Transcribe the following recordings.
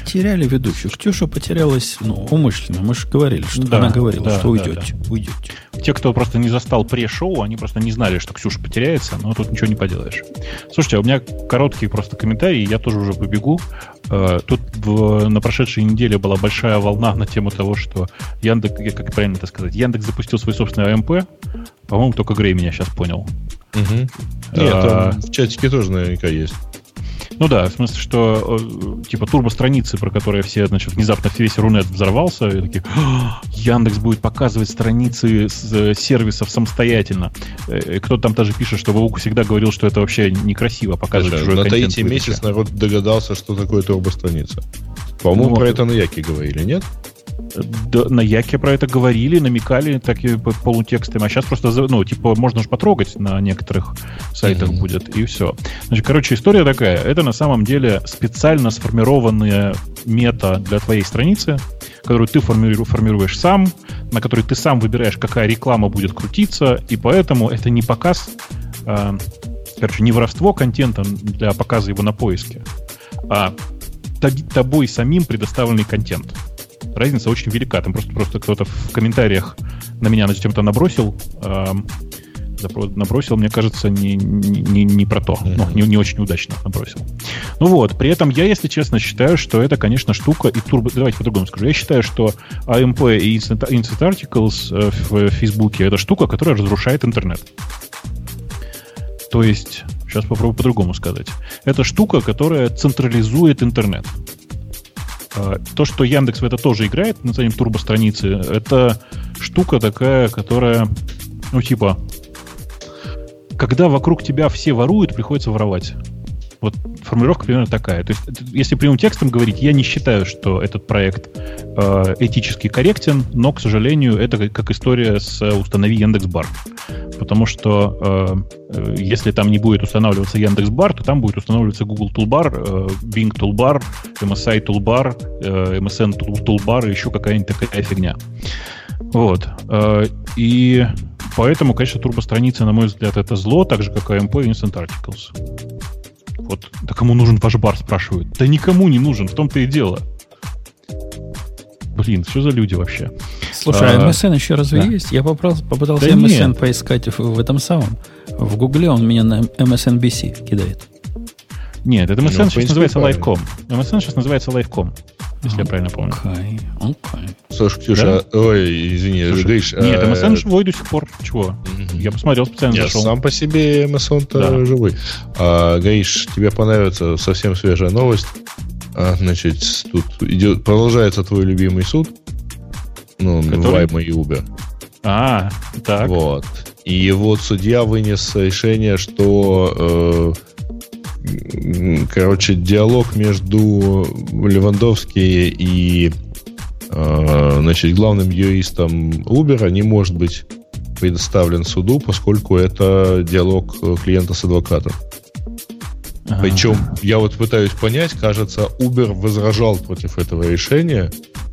потеряли ведущую. Ксюша потерялась, умышленно. Мы же говорили, что она говорила, что уйдете. Те, кто просто не застал пре-шоу, они просто не знали, что Ксюша потеряется, но тут ничего не поделаешь. Слушайте, у меня короткий просто комментарий, я тоже уже побегу. Тут на прошедшей неделе была большая волна на тему того, что Яндекс, как правильно это сказать, Яндекс запустил свой собственный АМП. По-моему, только Грей меня сейчас понял. Нет, там в чатике тоже наверняка есть. Ну да, в смысле, что типа турбо-страницы, про которые все, значит, внезапно весь Рунет взорвался, и такие, Яндекс будет показывать страницы с сервисов самостоятельно. И кто-то там даже пишет, что Вовк всегда говорил, что это вообще некрасиво показывать чужой контент. На третий месяц народ догадался, что такое турбо-страница. По-моему, про это на Яке говорили, нет? Да, на Яке про это говорили, намекали так и полутекстами, а сейчас просто, можно же потрогать на некоторых сайтах будет, и все. Значит, история такая. Это на самом деле специально сформированная мета для твоей страницы, которую ты формируешь сам, на которой ты сам выбираешь, какая реклама будет крутиться, и поэтому это не показ, не воровство контента для показа его на поиске, а тобой самим предоставленный контент. Разница очень велика. Там просто кто-то в комментариях на меня на чем-то набросил, мне кажется, не про то. Не очень удачно набросил. При этом я, если честно, считаю, что это, конечно, штука и турбо... Давайте по-другому скажу. Я считаю, что AMP и Instant Articles в Фейсбуке — это штука, которая разрушает интернет. То есть, сейчас попробую по-другому сказать. Это штука, которая централизует интернет. То, что Яндекс в это тоже играет, назовем турбо-страницы, это штука такая, которая, когда вокруг тебя все воруют, приходится воровать. Вот формулировка примерно такая. То есть, если прямым текстом говорить, я не считаю, что этот проект этически корректен, но, к сожалению, это как история с «Установи Яндекс.Бар». Потому что если там не будет устанавливаться Яндекс.Бар, то там будет устанавливаться Google Toolbar, Bing Toolbar, MSI Toolbar, MSN Toolbar и еще какая-нибудь такая фигня. И поэтому, конечно, турбостраницы, на мой взгляд, это зло, так же, как AMP и Instant Articles. Да кому нужен ваш бар, спрашивают. Да никому не нужен, в том-то и дело. Блин, что за люди вообще? Слушай, MSN еще разве есть? Я попытался MSN поискать в этом самом. В Гугле он меня на MSNBC кидает. Нет, это MSN сейчас называется Live.com. MSN сейчас называется Live.com, если я правильно помню. Окей. Слушай, Ксюша, ой, извини, Гриш. Нет, MSN живой до сих пор. Чего? Я посмотрел, специально зашел. Сам по себе MSN-то живой. Гриш, тебе понравится совсем свежая новость. Значит, тут продолжается твой любимый суд. Вайма и Uber. Так. И судья вынес решение, что диалог между Левандовски и главным юристом Uber не может быть предоставлен суду, поскольку это диалог клиента с адвокатом. Причем я пытаюсь понять, кажется, Uber возражал против этого решения,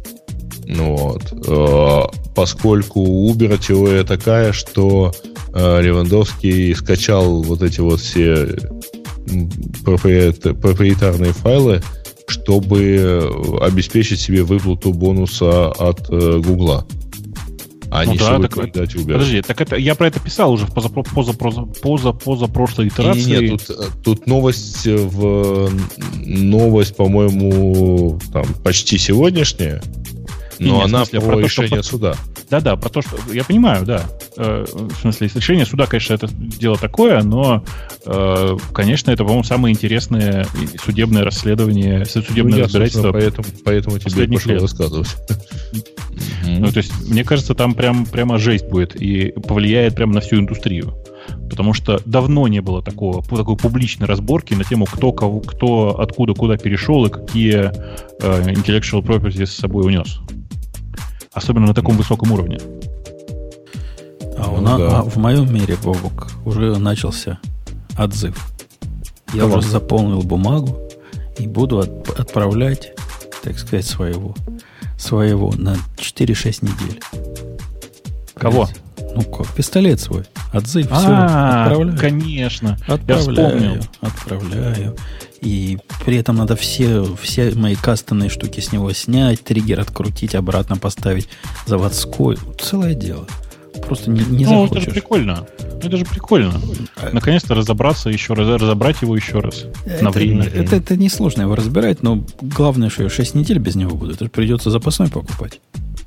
поскольку у Uber теория такая, что Левандовский скачал все проприетарные файлы, чтобы обеспечить себе выплату бонуса от Гугла. Чтобы передать Uber. Подожди, так это я про это писал уже в позапрошлой итерации. Нет, тут новость, по-моему, почти сегодняшняя, но она про решение суда. Да, про то, что... Я понимаю, да. В смысле, решение суда, конечно, это дело такое, но, конечно, это, по-моему, самое интересное судебное расследование, судебное разбирательство. Поэтому тебе пошел рассказывать. То есть, мне кажется, там прямо жесть будет и повлияет прямо на всю индустрию. Потому что давно не было такой публичной разборки на тему, кто откуда, куда перешел и какие intellectual property с собой унес. Особенно на таком высоком уровне. В моем мире, Бобок, уже начался отзыв. Я уже заполнил бумагу и буду отправлять, так сказать, своего на 4-6 недель. Кого? Пистолет свой. Отзыв, все, отправляю. Конечно. Отправляю. и при этом надо все мои кастомные штуки с него снять, триггер открутить, обратно поставить заводской. Целое дело. Просто не захочешь. Это же прикольно. Это же прикольно. Наконец-то разобраться еще раз, разобрать его еще раз. На время. Это несложно его разбирать, но главное, что я 6 недель без него буду. Это же придется запасной покупать.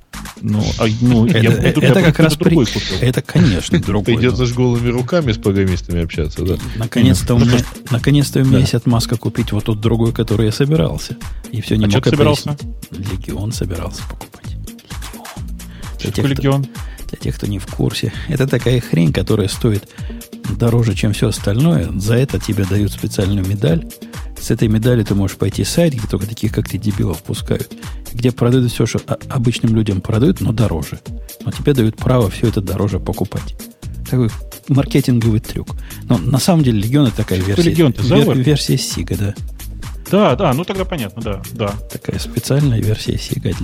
Это как раз другой купил. Это, конечно, другой. Придется с голыми руками с программистами общаться, да? Наконец-то у меня есть отмазка купить вот тот другой, который я собирался. И все не мог собирался? Легион собирался покупать. Легион? Для тех, кто не в курсе, это такая хрень, которая стоит дороже, чем все остальное. За это тебе дают специальную медаль. С этой медалью ты можешь пойти в сайт, где только таких, как ты, дебилов пускают, где продают все, что обычным людям продают, но дороже. Но тебе дают право все это дороже покупать. Такой маркетинговый трюк. Но на самом деле Легион это такая версия Сига, да. Да, ну тогда понятно, да. Такая специальная версия Сига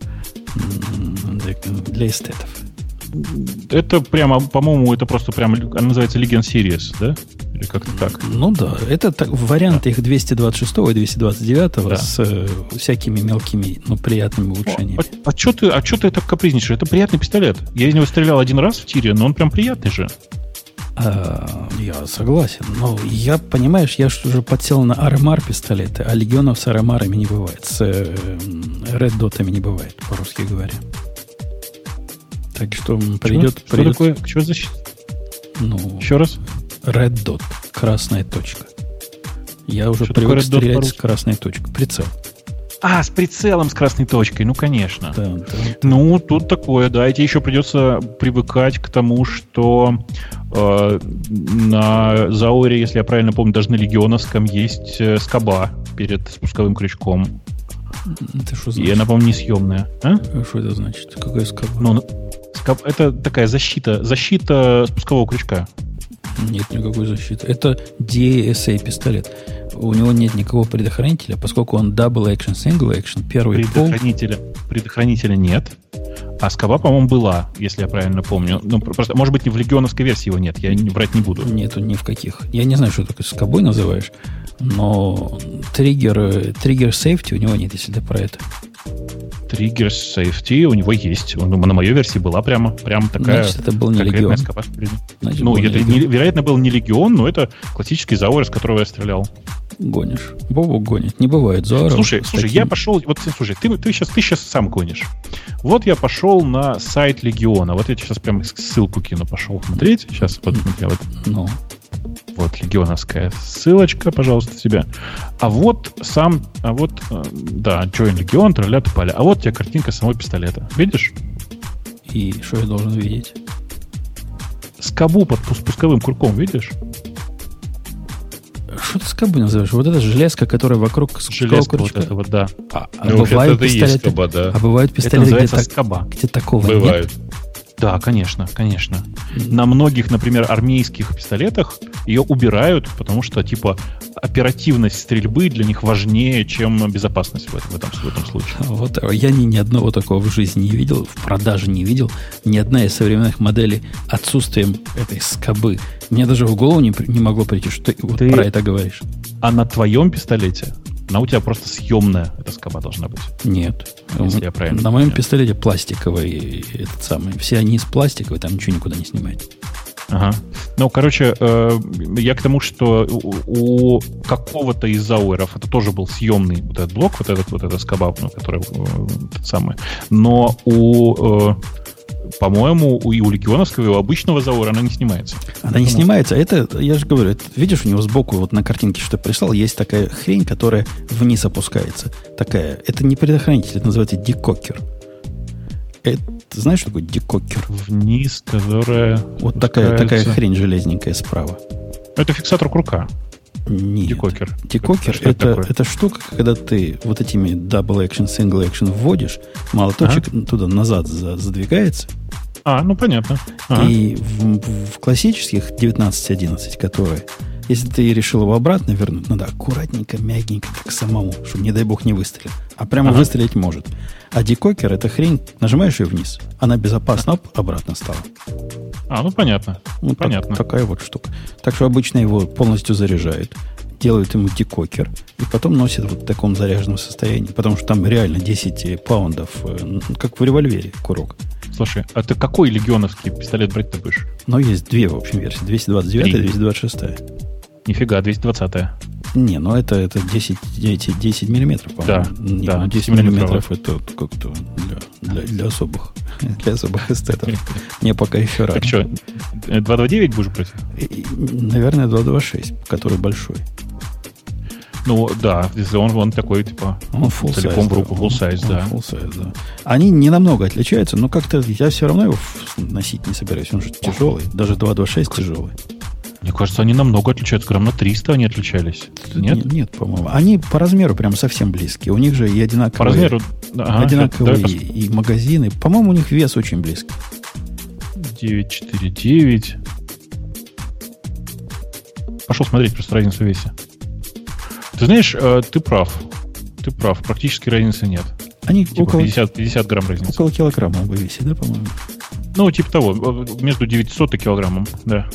для эстетов. Это прямо, по-моему, это просто прямо, она называется Legion Series, да? Или как-то так? Ну да, это варианты их 226 и 229 с всякими мелкими, но приятными улучшениями. А что ты так капризничаешь? Это приятный пистолет. Я из него стрелял один раз в тире, но он прям приятный же. Я согласен. Но я, понимаешь, я уже подсел на RMR пистолеты, а легионов с RMR-ами не бывает. С Red Dot'ами не бывает, по-русски говоря. Так что придет... Что такое? Что за защита? Еще раз? Red Dot. Красная точка. Я уже привык стрелять с красной точкой. Прицел. С прицелом с красной точкой. Ну, конечно. Да. Ну, тут такое, да. И тебе еще придется привыкать к тому, что на Зауре, если я правильно помню, даже на Легионовском есть скоба перед спусковым крючком. Это что значит? И она, по-моему, несъемная. Что это значит? Какая скоба? Это такая защита спускового крючка. Нет никакой защиты. Это DSA пистолет. У него нет никакого предохранителя, поскольку он double action, single action, первый предохранителя нет. А скоба, по-моему, была, если я правильно помню. Ну, просто, может быть, в легионовской версии его нет. Я врать не буду. Нету ни в каких. Я не знаю, что такое скобой называешь, но триггер safety у него нет, если ты про это. Триггер safety у него есть. На моей версии была прям такая... Значит, это был не легион. Вероятно, был не легион, но это классический Зауэр, с которого я стрелял. Гонишь. Бобок гонит. Не бывает Зауэров. Слушай, я пошел... Слушай, ты сейчас сам гонишь. Вот я пошел на сайт Легиона. Вот я сейчас прям ссылку кину. Пошел смотреть. Сейчас вот смотри. Вот легионовская ссылочка, пожалуйста, тебя. Join Legion, тролля тупаля. А вот у тебя картинка самого пистолета. Видишь? И что я должен видеть? Скобу под спусковым крюком, видишь? Что ты скобу называешь? Вот это железка, которая вокруг спускового крючка. Вот этого, да. Бывают пистолеты, скоба, да. А бывают пистолеты, скоба. Где такого бывают. Нет? Да, конечно. На многих, например, армейских пистолетах ее убирают, потому что, оперативность стрельбы для них важнее, чем безопасность в этом случае. Вот я ни одного такого в жизни не видел, в продаже не видел. Ни одна из современных моделей отсутствием этой скобы. Мне даже в голову не могло прийти, что ты про это говоришь. А на твоем пистолете она у тебя просто съемная, эта скоба должна быть. Нет. Если я правильно на моем пистолете пластиковый этот самый. Все они из пластиковой, там ничего никуда не снимаете. Ага. Ну, короче, я к тому, что у какого-то из Зауэров это тоже был съемный вот этот блок, вот эта скоба, который тот самый. Но по-моему, у легионовского и у обычного Зауэра она не снимается. Она не снимается. Это, я же говорю, видишь, у него сбоку вот на картинке, что я прислал, есть такая хрень, которая вниз опускается. Такая. Это не предохранитель, это называется декокер. Это, знаешь, что такое декокер? Вниз, которая... Вот такая хрень железненькая справа. Это фиксатор круга. Нет. Декокер. Декокер это штука, когда ты вот этими double action, single action вводишь, молоточек туда назад задвигается. Ну понятно. И в классических 1911, которые, если ты решил его обратно вернуть, надо аккуратненько, мягенько, как самому, чтобы, не дай бог, не выстрелил. А прямо выстрелить может. А декокер это хрень, нажимаешь ее вниз, она безопасно обратно стала. Ну понятно. Понятно. Такая вот штука. Так что обычно его полностью заряжают. делают ему декокер, и потом носят вот в таком заряженном состоянии, потому что там реально 10 паундов, как в револьвере, курок. Слушай, а ты какой легионовский пистолет брать-то будешь? Ну, есть две, в общем, версии. 229 и 226. Нифига, 220. Не, ну это 10 миллиметров, по-моему. Да, не, да, ну 10 миллиметров это как-то для особых эстетов. Мне пока еще рано. Так что, 229 будешь брать? Наверное, 226, который большой. Ну, да, он такой, типа, он целиком в руку, full size, да. Full size, да. Они не намного отличаются, но как-то я все равно его носить не собираюсь. Он же тяжелый. Даже 226 тяжелый. Мне кажется, они намного отличаются. Грамм на 300 они отличались. Нет? Нет, по-моему. Они по размеру прям совсем близкие. У них же и одинаковые, по размеру, одинаковые и магазины. По-моему, у них вес очень близкий. 949. Пошел смотреть просто разницу в весе. Ты знаешь, ты прав. Практически разницы нет. Они типа около 50 грамм разницы. Около килограмма оба весят, да, по-моему? Ну, типа того. Между 900 и килограммом, да.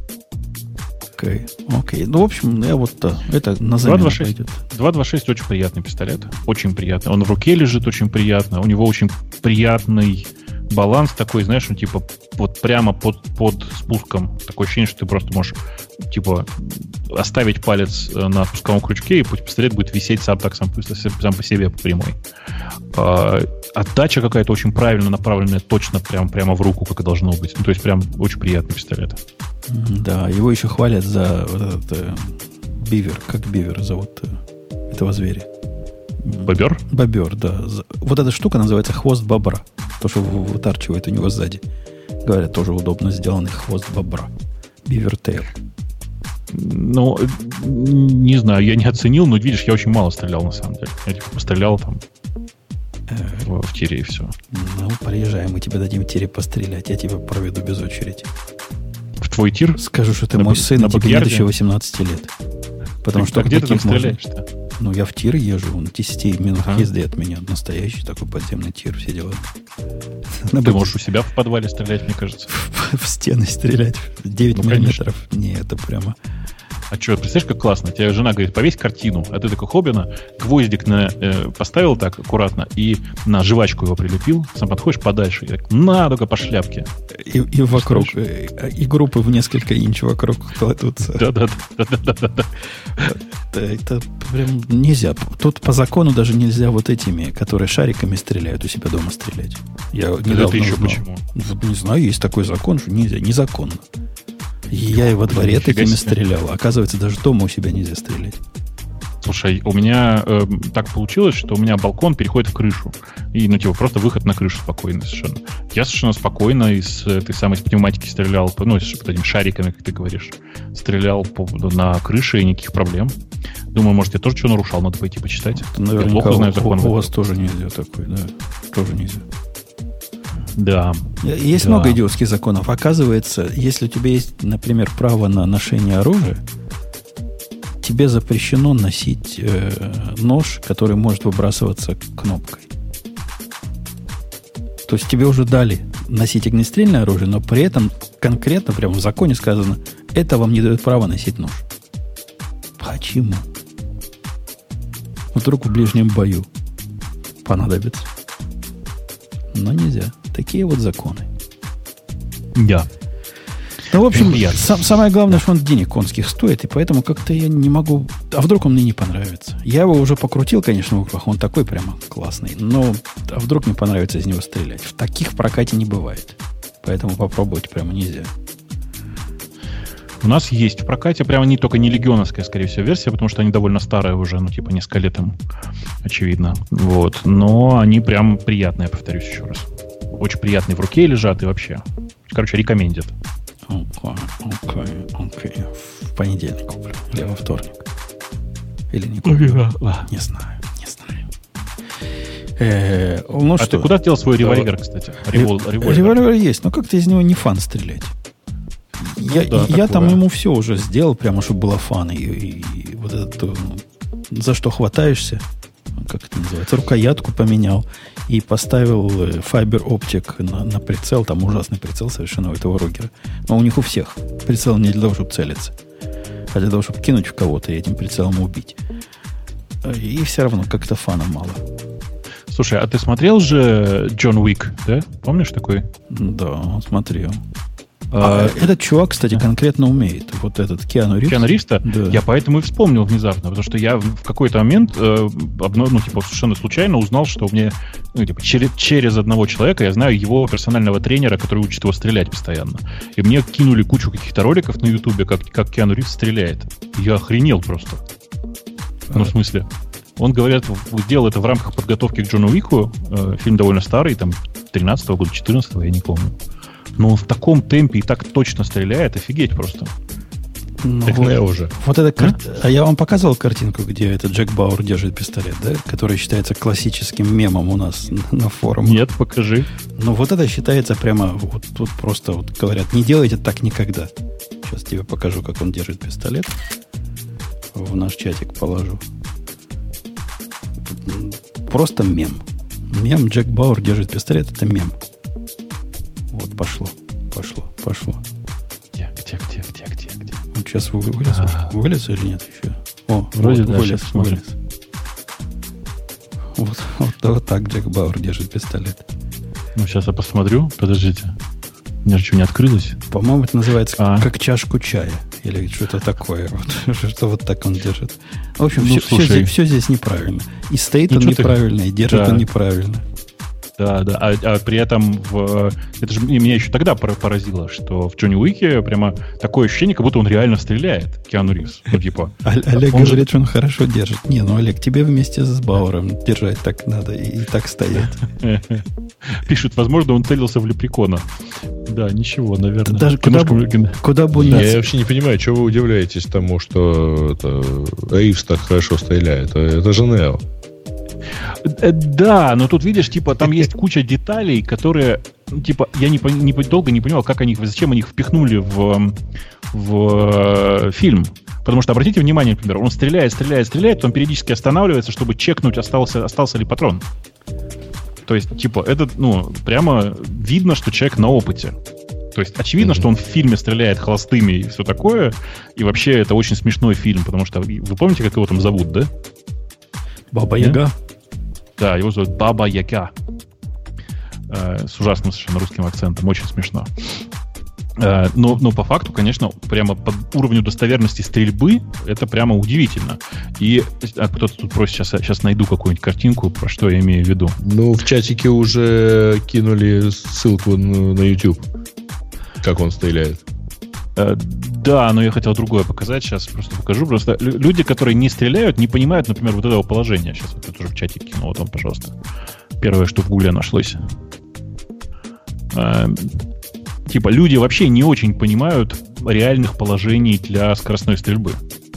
Окей. Ну, в общем, это на замену пойдет. 226 очень приятный пистолет. Очень приятный. Он в руке лежит очень приятно. У него очень приятный баланс такой, знаешь, ну, типа, вот прямо под спуском. Такое ощущение, что ты просто можешь, типа, оставить палец на спусковом крючке, и пистолет будет висеть сам по себе по прямой. Отдача какая-то очень правильно направленная, точно прямо в руку, как и должно быть. Ну, то есть, прям очень приятный пистолет. Да, его еще хвалят за вот этот бивер. Как бивер зовут этого зверя? Бобер? Бобер, да. Вот эта штука называется хвост бобра. То, что вытарчивает у него сзади. Говорят, тоже удобно сделанный хвост бобра. Бивер тейл. Ну, не знаю, я не оценил, но, видишь, я очень мало стрелял, на самом деле. Я типа пострелял там в тире и все. Ну, приезжай, мы тебе дадим тире пострелять. Я тебя проведу без очереди. В твой тир? Скажу, что ты мой сын, и тебе нет еще 18 лет. Потому что где ты там стреляешь-то? Ну, я в тир езжу, он 10 минут езды от меня. Настоящий такой подземный тир, все дела. Ты можешь у себя в подвале стрелять, мне кажется. В стены стрелять. 9 миллиметров. Не, это прямо... А что, представляешь, как классно? Тебе жена говорит, повесь картину, а ты такой хоббина, гвоздик поставил так аккуратно и на жвачку его прилепил, сам подходишь подальше и так, только по шляпке. И вокруг, и группы в несколько инч вокруг кладутся. Да. Это прям нельзя. Тут по закону даже нельзя вот этими, которые шариками стреляют, у себя дома стрелять. Я недавно еще узнал. Почему? Не знаю, есть такой закон, что нельзя, незаконно. Я и во дворе такими стрелял. Оказывается, даже дома у себя нельзя стрелять. Слушай, у меня так получилось, что у меня балкон переходит в крышу. И, просто выход на крышу спокойно совершенно. Я совершенно спокойно из этой самой пневматики стрелял, с этими шариками, как ты говоришь, стрелял на крыше, и никаких проблем. Думаю, может, я тоже что нарушал, надо пойти почитать. Наверняка, я плохо знаю закон. У вас тоже нельзя такой, да? Тоже нельзя. Да. Есть много идиотских законов. Оказывается, если у тебя есть, например, право на ношение оружия, тебе запрещено носить нож, который может выбрасываться кнопкой. То есть тебе уже дали носить огнестрельное оружие, но при этом конкретно, прямо в законе сказано, это вам не дает права носить нож. Почему? Вдруг в ближнем бою понадобится. Но нельзя. Такие вот законы. Да. Ну, в общем, самое главное, что он денег конских стоит, и поэтому как-то я не могу... А вдруг он мне не понравится? Я его уже покрутил, конечно, в руках, он такой прямо классный, но а вдруг мне понравится из него стрелять? В таких в прокате не бывает. Поэтому попробовать прямо нельзя. У нас есть в прокате прямо только не легионовская, скорее всего, версия, потому что они довольно старые уже, несколько лет им, очевидно. Вот. Но они прям приятные, повторюсь еще раз. Очень приятные в руке лежат и вообще. Короче, рекомендят. Окей. В понедельник куплю. Или во вторник. Или не куплю. Не знаю. Что? Ты куда дел свой револьвер, кстати? Револьвер есть, но как-то из него не фан стрелять. Я там ему все уже сделал, прямо чтобы было фан. И вот это, за что хватаешься, как это называется, рукоятку поменял и поставил Fiber Optic на прицел. Там ужасный прицел совершенно у этого Рогера. Но у них у всех прицел не для того, чтобы целиться. А для того, чтобы кинуть в кого-то и этим прицелом убить. И все равно как-то фана мало. Слушай, а ты смотрел же Джон Уик, да? Помнишь такой? Да, смотрел. Этот чувак, кстати, конкретно умеет. Вот этот Киану Ривз. Киану Ривз-то? Да. Я поэтому и вспомнил внезапно, потому что я в какой-то момент совершенно случайно узнал, что мне через одного человека я знаю его персонального тренера, который учит его стрелять постоянно. И мне кинули кучу каких-то роликов на Ютубе, как Киану Ривз стреляет. Я охренел просто. Ну, в смысле... Он, говорят, сделал это в рамках подготовки к Джону Уику. Фильм довольно старый, там, 13-го года, 14-го, я не помню. Но он в таком темпе и так точно стреляет, офигеть просто. Так уже. Вот это А я вам показывал картинку, где этот Джек Бауэр держит пистолет, да? Который считается классическим мемом у нас на форуме. Нет, покажи. Ну, вот это считается прямо... Вот тут просто вот говорят, не делайте так никогда. Сейчас тебе покажу, как он держит пистолет. В наш чатик положу. Просто мем. Мем Джек Бауэр держит пистолет, это мем. Вот, пошло. Где? Вот сейчас вылез или нет еще? О, вроде вот, да, вылез. Вот так Джек Бауэр держит пистолет. Ну, сейчас я посмотрю. Подождите. У меня что, не открылось? По-моему, это называется как чашку чая. Или что-то такое. Что вот так он держит. В общем, все здесь неправильно. И стоит он неправильно, и держит он неправильно. Да. А при этом это же меня еще тогда поразило, что в Джонни Уике прямо такое ощущение, как будто он реально стреляет, Киану Ривз. Ну, типа. Олег говорит, что он хорошо держит. Не, ну, Олег, тебе вместе с Бауэром держать так надо и так стоять. Пишут, возможно, он целился в Лепрекона. Да, ничего, наверное. Даже куда бы... Я вообще не понимаю, чего вы удивляетесь тому, что Ривз так хорошо стреляет. Это же Нео. Да, но тут, видишь, типа, там есть куча деталей, которые, типа, я долго не понимал, зачем они их впихнули в фильм. Потому что, обратите внимание, например, он стреляет, он периодически останавливается, чтобы чекнуть, остался ли патрон. То есть, типа, это, прямо видно, что человек на опыте. То есть, очевидно, что он в фильме стреляет холостыми и все такое, и вообще это очень смешной фильм, потому что, вы помните, как его там зовут, да? Баба Яга. Да, его зовут Баба Яга. С ужасным совершенно русским акцентом. Очень смешно. Но по факту, конечно, прямо по уровню достоверности стрельбы это прямо удивительно. И кто-то тут просит, сейчас найду какую-нибудь картинку, про что я имею в виду. Ну, в чатике уже кинули ссылку на YouTube, как он стреляет. Да, но я хотел другое показать. Сейчас просто покажу. Просто люди, которые не стреляют, не понимают, например, вот этого положения. Сейчас вот это уже в чатик кинул. Вот он, пожалуйста. Первое, что в Гугле нашлось. Типа, люди вообще не очень понимают реальных положений для скоростной стрельбы.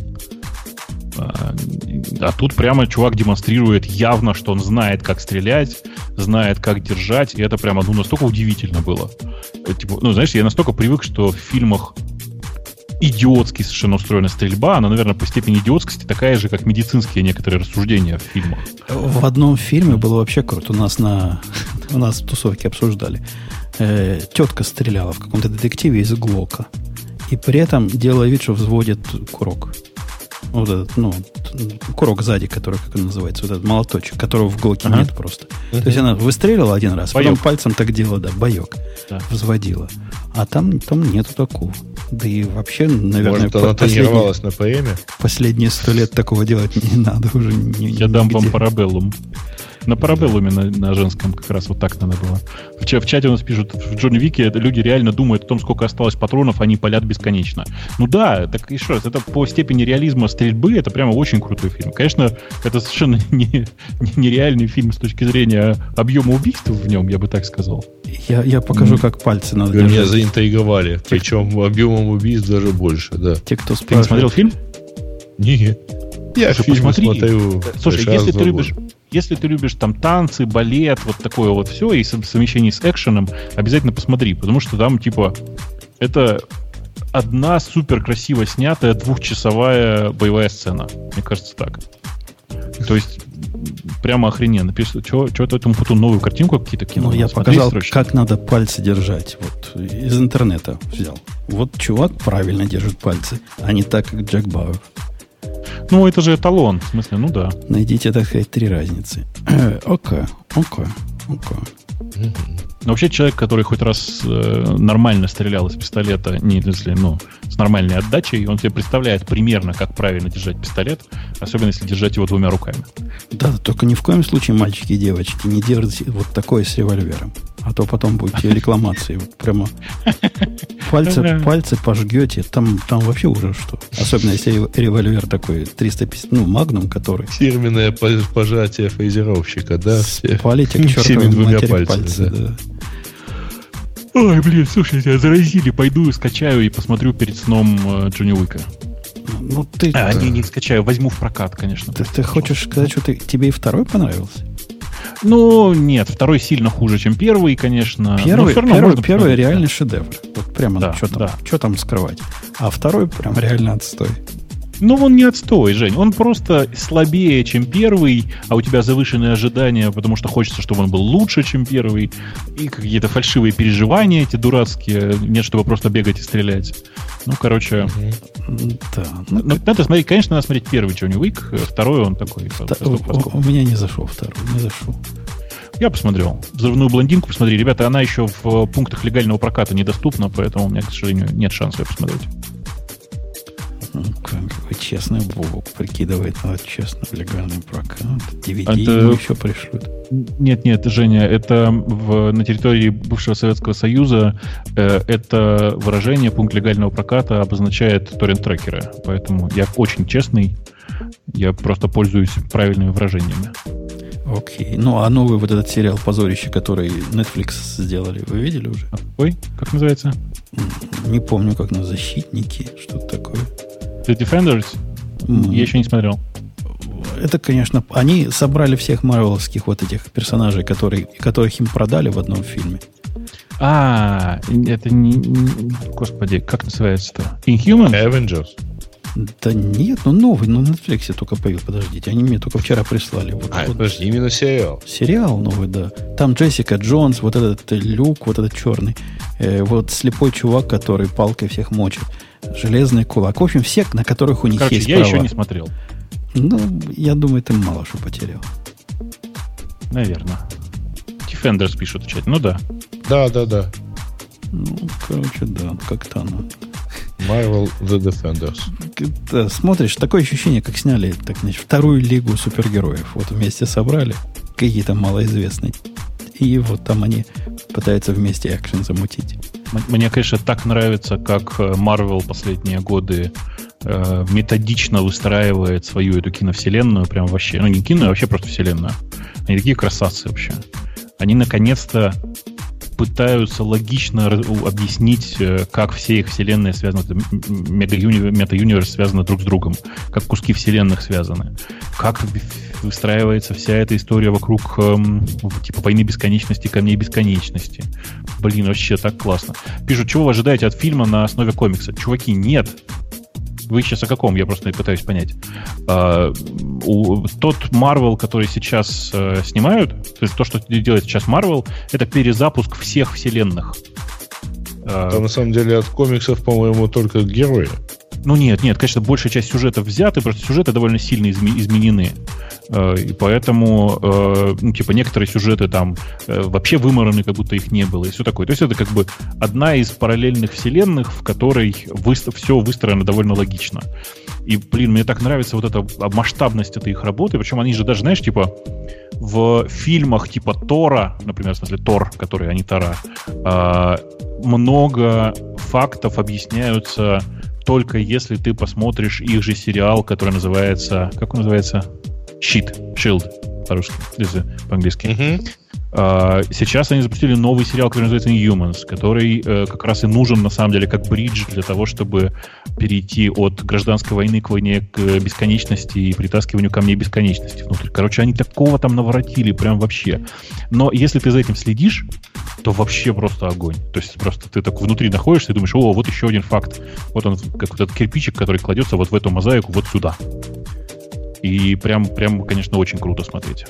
А тут прямо чувак демонстрирует явно, что он знает, как стрелять, знает, как держать, и это прямо настолько удивительно было. Типа, знаешь, я настолько привык, что в фильмах идиотски совершенно устроена стрельба, она, наверное, по степени идиотскости такая же, как медицинские некоторые рассуждения в фильмах. В одном фильме было вообще круто. У нас в тусовке обсуждали. Тетка стреляла в каком-то детективе из Глока. И при этом делала вид, что взводит курок. Вот этот, курок сзади, который, как он называется, вот этот молоточек, которого в Глоке нет просто. То есть она выстрелила один раз, потом пальцем так делала, боек взводила. А там нету такого. Да и вообще, наверное... Может, она тренировалась на ПМе? Последние 100 лет такого делать не надо уже. Я дам вам парабеллум. На парабеллуме на женском как раз вот так надо было. В чате у нас пишут, в Джонни Вике люди реально думают о том, сколько осталось патронов, они палят бесконечно. Ну да, так еще раз, это по степени реализма стрельбы, это прямо очень крутой фильм. Конечно, это совершенно нереальный фильм с точки зрения объема убийств в нем, я бы так сказал. Я покажу, как пальцы надо держать. Меня заинтриговали, причем объемом убийств даже больше, да. Те, кто спрашивает... Ты не смотрел фильм? Нет. Я фильм смотрю. Слушай, если ты любишь там танцы, балет, вот такое вот все, и совмещение с экшеном, обязательно посмотри, потому что там, типа, это одна супер красиво снятая 2-часовая боевая сцена. Мне кажется, так. То есть, прямо охрененно. Что-то этому путу новую картинку какие-то кинул. Ну, я показал, как надо пальцы держать. Вот из интернета взял. Вот чувак правильно держит пальцы, а не так, как Джек Бауэр. Ну, это же эталон. В смысле, ну да. Найдите, так сказать, 3 разницы. Окей. Но вообще человек, который хоть раз нормально стрелял из пистолета, не, если, с нормальной отдачей, он себе представляет примерно, как правильно держать пистолет, особенно если держать его 2 руками. Да, только ни в коем случае, мальчики и девочки, не держите вот такое с револьвером. А то потом будете рекламации. Вот прямо пальцы пожгете. Там вообще уже что. Особенно если револьвер такой 350, магнум, который... Фирменное пожатие фрезеровщика, да? Спалите к чертовой матери пальцы. Да. Ой, блин, слушайте, заразили. Пойду и скачаю и посмотрю перед сном Джонни Уика. Ну, ты... не скачаю, возьму в прокат, конечно. Ты хочешь сказать, что тебе и 2 понравился? Ну, нет, 2 сильно хуже, чем 1, конечно. Первый реально шедевр. Вот прямо, что там скрывать. А 2 прям реально отстой. Ну, он не отстой, Жень. Он просто слабее, чем 1, а у тебя завышенные ожидания, потому что хочется, чтобы он был лучше, чем 1. И какие-то фальшивые переживания эти дурацкие. Нет, чтобы просто бегать и стрелять. Ну, короче... Да. Надо смотреть, конечно, надо смотреть 1 Джонни Уик, 2 он такой. У меня не зашел 2, не зашел. Я посмотрел. «Взрывную блондинку» посмотри. Ребята, она еще в пунктах легального проката недоступна, поэтому у меня, к сожалению, нет шанса ее посмотреть. Какой честный Бобок прикидывает, честно, в легальный прокат. DVD ему еще пришлют. Нет, Женя, это на территории бывшего Советского Союза это выражение «пункт легального проката» обозначает торрент-трекеры. Поэтому я очень честный, я просто пользуюсь правильными выражениями. Окей. Ну, а новый вот этот сериал «Позорище», который Netflix сделали, вы видели уже? Ой, как называется? Не помню, как на «Защитники», что-то такое. The Defenders? Я еще не смотрел. Это, конечно, они собрали всех марвеловских вот этих персонажей, которых им продали в одном фильме. Это не... Господи, как называется-то? Inhuman? Avengers. Да нет, новый, на Netflix только появился. Подождите, они мне только вчера прислали. Подожди, именно сериал. Сериал новый, да. Там Джессика Джонс, вот этот Люк, вот этот черный. Вот слепой чувак, который палкой всех мочит. Железный кулак. В общем, все, на которых у них есть права. Я еще не смотрел. Ну, я думаю, ты мало что потерял. Наверное. Defenders пишут в чате. Ну да. Да. Ну, короче, да, как-то оно. Marvel The Defenders. Да, смотришь, такое ощущение, как сняли, так, значит, 2 лигу супергероев. Вот вместе собрали какие-то малоизвестные. И вот там они пытаются вместе экшен замутить. Мне, конечно, так нравится, как Marvel последние годы методично выстраивает свою эту киновселенную. Прям вообще. Ну, не кино, а вообще просто вселенную. Они такие красавцы вообще. Они наконец-то пытаются логично объяснить, как все их вселенные связаны, мета-юниверс связаны друг с другом, как куски вселенных связаны, как выстраивается вся эта история вокруг типа войны бесконечности, камней бесконечности. Блин, вообще так классно. Пишут, чего вы ожидаете от фильма на основе комикса? Чуваки, нет. Вы сейчас о каком? Я просто пытаюсь понять. Тот Marvel, который сейчас снимают, то есть то, что делает сейчас Marvel, это перезапуск всех вселенных. Там, на самом деле, от комиксов, по-моему, только герои. Ну нет, конечно, большая часть сюжета взята, просто сюжеты довольно сильно изменены. И поэтому, некоторые сюжеты там вообще вымораны, как будто их не было, и все такое. То есть это как бы одна из параллельных вселенных, в которой все выстроено довольно логично. И, блин, мне так нравится вот эта масштабность этой их работы. Причем они же даже, знаешь, типа в фильмах типа Тора, например, в смысле Тор, который, а не Тора, много фактов объясняются только если ты посмотришь их же сериал, который называется... Как он называется? Shield по-русски, по-английски. Сейчас они запустили новый сериал, который называется Inhumans, который как раз и нужен, на самом деле, как бридж для того, чтобы перейти от гражданской войны к войне к бесконечности и притаскиванию камней бесконечности внутрь. Короче, они такого там наворотили, прям вообще. Но если ты за этим следишь, то вообще просто огонь. То есть просто ты так внутри находишься и думаешь, о, вот еще один факт. Вот он, как вот этот кирпичик, который кладется вот в эту мозаику, вот сюда. И прям, конечно, очень круто смотреть.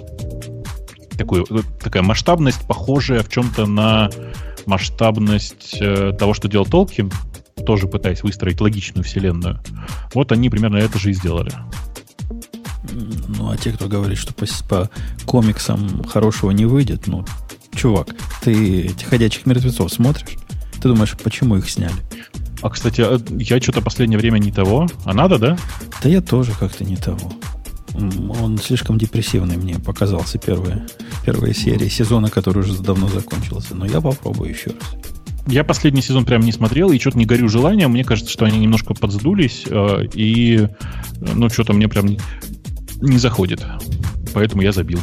Такая масштабность, похожая в чем-то на масштабность того, что делал Толкин, тоже пытаясь выстроить логичную вселенную. Вот они примерно это же и сделали. Ну, а те, кто говорит, что по комиксам хорошего не выйдет, ну, чувак, ты этих «Ходячих мертвецов» смотришь? Ты думаешь, почему их сняли? А, кстати, я что-то в последнее время не того. А надо, да? Да я тоже как-то не того. Он слишком депрессивный мне показался первые серии сезона, который уже давно закончился. Но я попробую еще раз. Я последний сезон прям не смотрел, и что-то не горю желанием. Мне кажется, что они немножко подсдулись, и что-то мне прям не заходит. Поэтому я забил.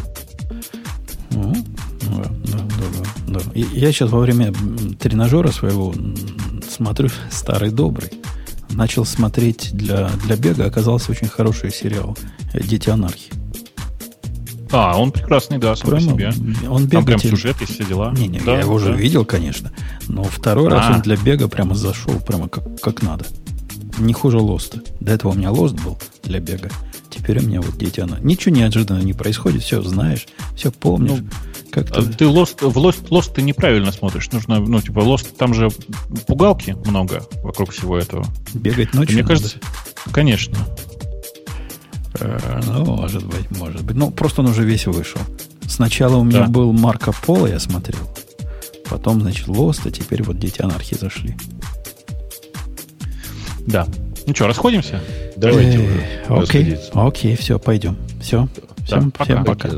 Да. Я сейчас во время тренажера своего смотрю «Старый добрый». Начал смотреть для бега. Оказался очень хороший сериал «Дети анархии». Он прекрасный, да, сам по себе. Он там прям сюжет и все дела. Не, да, я его уже видел, конечно. Но второй раз он для бега прямо зашел, прямо как надо. Не хуже Лоста. До этого у меня Лост был для бега. Теперь у меня вот «Дети анархии». Ничего неожиданного не происходит. Все знаешь, все помнишь. Как-то... Ты Lost ты неправильно смотришь. Нужно, Lost, там же пугалки много вокруг всего этого. Бегать ночью? Мне кажется, конечно. Может быть. Ну, просто он уже весь вышел. Сначала у меня был Марко Поло, я смотрел. Потом, значит, Lost, а теперь вот «Дети анархии» зашли. Да. Ну что, расходимся? Давайте уже. Окей, все, пойдем. Все. Всем пока.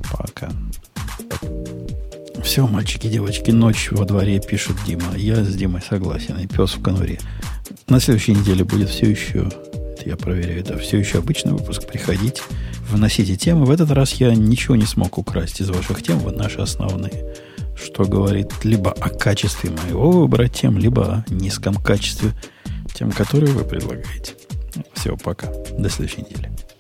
Все, мальчики, девочки, ночь во дворе, пишет Дима. Я с Димой согласен. И пес в конуре. На следующей неделе будет все еще, это я проверяю, да, все еще обычный выпуск. Приходите, вносите темы. В этот раз я ничего не смог украсть из ваших тем, вот наши основные. Что говорит либо о качестве моего выбора тем, либо о низком качестве тем, которые вы предлагаете. Все, пока. До следующей недели.